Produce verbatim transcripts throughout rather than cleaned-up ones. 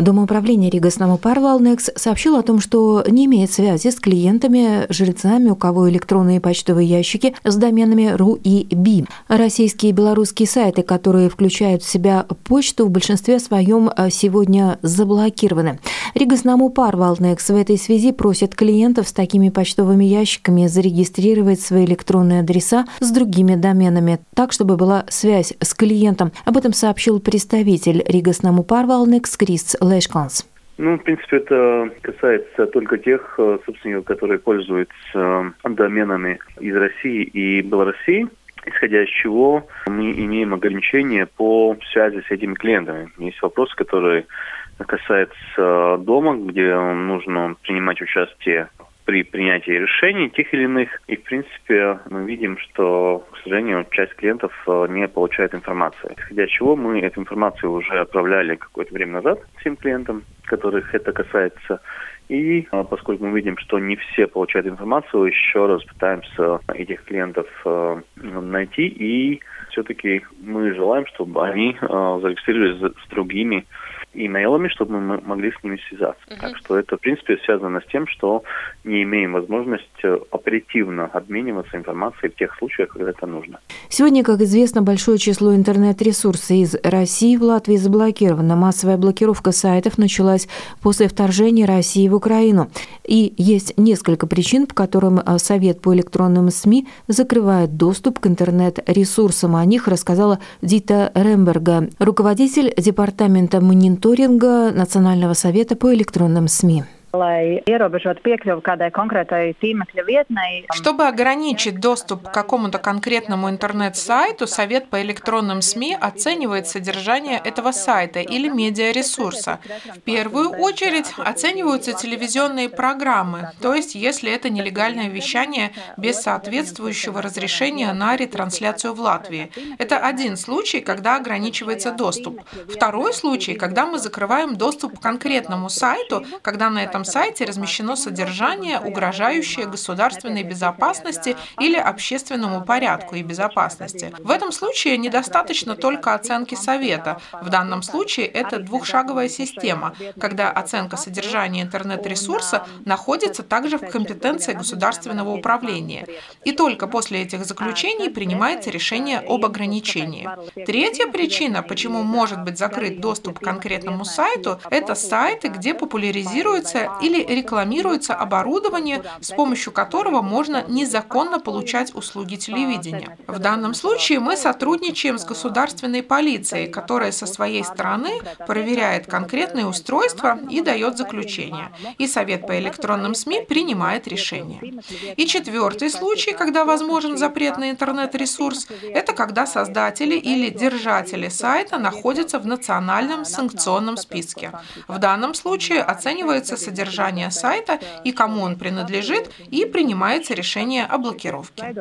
Домоуправление Риgas Namu Pārvaldnieks сообщило о том, что не имеет связи с клиентами, жильцами, у кого электронные почтовые ящики с доменами ру и би. Российские и белорусские сайты, которые включают в себя почту, в большинстве своем сегодня заблокированы. Риgas Namu Pārvaldnieks в этой связи просит клиентов с такими почтовыми ящиками зарегистрировать свои электронные адреса с другими доменами, так, чтобы была связь с клиентом. Об этом сообщил представитель Риgas Namu Pārvaldnieks Крист Лешканс. Ну, в принципе, это касается только тех собственников, которые пользуются доменами из России и Белоруссии, исходя из чего мы имеем ограничения по связи с этими клиентами. Есть вопросы, которые касаются дома, где нужно принимать участие при принятии решений тех или иных. И, в принципе, мы видим, что, к сожалению, часть клиентов не получает информацию. Исходя из чего мы эту информацию уже отправляли какое-то время назад всем клиентам, которых это касается. И поскольку мы видим, что не все получают информацию, еще раз пытаемся этих клиентов найти. И все-таки мы желаем, чтобы они зарегистрировались с другими имейлами, чтобы мы могли с ними связаться. Uh-huh. Так что это, в принципе, связано с тем, что не имеем возможности оперативно обмениваться информацией в тех случаях, когда это нужно. Сегодня, как известно, большое число интернет-ресурсов из России в Латвии заблокировано. Массовая блокировка сайтов началась после вторжения России в Украину. И есть несколько причин, по которым Совет по электронным СМИ закрывает доступ к интернет-ресурсам. О них рассказала Дита Ремберга, руководитель департамента мониторинга Национального совета по электронным СМИ. Чтобы ограничить доступ к какому-то конкретному интернет-сайту, Совет по электронным СМИ оценивает содержание этого сайта или медиаресурса. В первую очередь оцениваются телевизионные программы, то есть если это нелегальное вещание без соответствующего разрешения на ретрансляцию в Латвии. Это один случай, когда ограничивается доступ. Второй случай, когда мы закрываем доступ к конкретному сайту, когда на этом сайте размещено содержание, угрожающее государственной безопасности или общественному порядку и безопасности. В этом случае недостаточно только оценки совета. В данном случае это двухшаговая система, когда оценка содержания интернет-ресурса находится также в компетенции государственного управления. И только после этих заключений принимается решение об ограничении. Третья причина, почему может быть закрыт доступ к конкретному сайту, это сайты, где популяризируется или рекламируется оборудование, с помощью которого можно незаконно получать услуги телевидения. В данном случае мы сотрудничаем с государственной полицией, которая со своей стороны проверяет конкретные устройства и дает заключение. И Совет по электронным СМИ принимает решение. И четвертый случай, когда возможен запрет на интернет-ресурс, это когда создатели или держатели сайта находятся в национальном санкционном списке. В данном случае оценивается содержание содержание сайта и кому он принадлежит, и принимается решение о блокировке.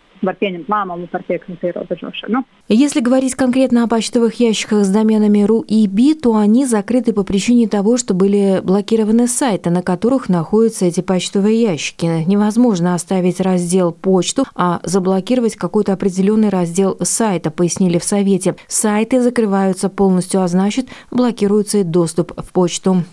Если говорить конкретно о почтовых ящиках с доменами ру и би, то они закрыты по причине того, что были блокированы сайты, на которых находятся эти почтовые ящики. Невозможно оставить раздел «Почту», а заблокировать какой-то определенный раздел сайта, пояснили в Совете. Сайты закрываются полностью, а значит, блокируется и доступ в почту.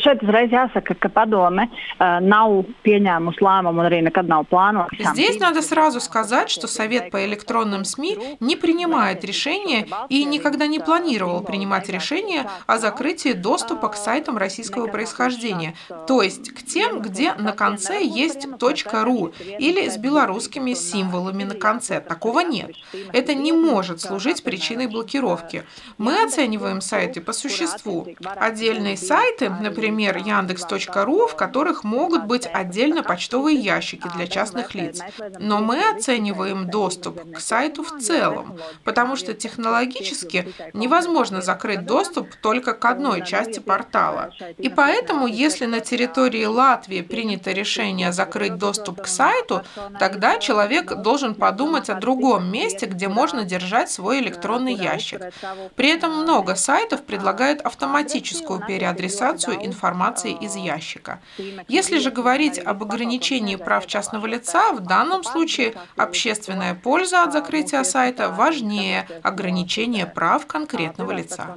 Здесь надо сразу сказать, что Совет по электронным СМИ не принимает решения и никогда не планировал принимать решения о закрытии доступа к сайтам российского происхождения, то есть к тем, где на конце есть .ру или с белорусскими символами на конце. Такого нет. Это не может служить причиной блокировки. Мы оцениваем сайты по существу. Отдельные сайты, например, яндекс точка ру, в которых могут быть отдельно почтовые ящики для частных лиц. Но мы оцениваем доступ к сайту в целом, потому что технологически невозможно закрыть доступ только к одной части портала. И поэтому, если на территории Латвии принято решение закрыть доступ к сайту, тогда человек должен подумать о другом месте, где можно держать свой электронный ящик. При этом много сайтов предлагают автоматическую переадресацию информации из ящика. Если же говорить об ограничении прав частного лица, в данном случае общественные общественная польза от закрытия сайта важнее ограничения прав конкретного лица.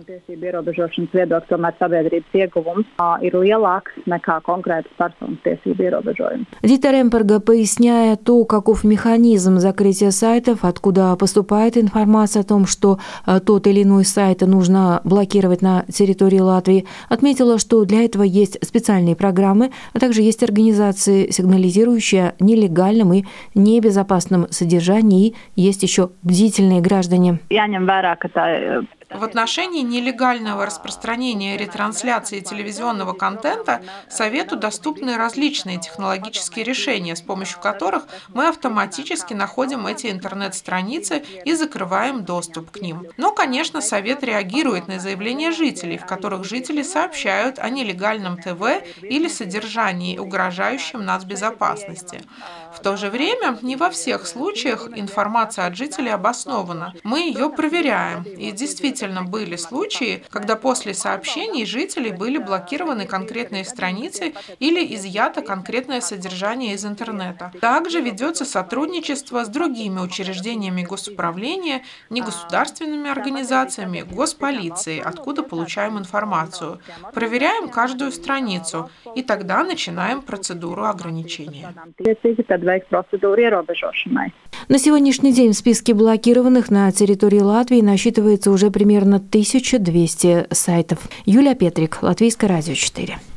Дита Ремберга, поясняя то, каков механизм закрытия сайтов, откуда поступает информация о том, что тот или иной сайт нужно блокировать на территории Латвии, отметила, что для этого есть специальные программы, а также есть организации, сигнализирующие о нелегальном и небезопасном содержании, и есть еще бдительные граждане. В отношении нелегального распространения и ретрансляции телевизионного контента Совету доступны различные технологические решения, с помощью которых мы автоматически находим эти интернет-страницы и закрываем доступ к ним. Но, конечно, Совет реагирует на заявления жителей, в которых жители сообщают о нелегальном ТВ или содержании, угрожающем нацбезопасности. В то же время не во всех случаях информация от жителей обоснована. Мы ее проверяем, и действительно были случаи, когда после сообщений жителей были блокированы конкретные страницы или изъято конкретное содержание из интернета. Также ведется сотрудничество с другими учреждениями госуправления, негосударственными организациями, госполицией, откуда получаем информацию. Проверяем каждую страницу, и тогда начинаем процедуру ограничения. На сегодняшний день в списке блокированных на территории Латвии насчитывается уже примерно тысяча двести сайтов. Юлия Петрик, Латвийское радио четыре.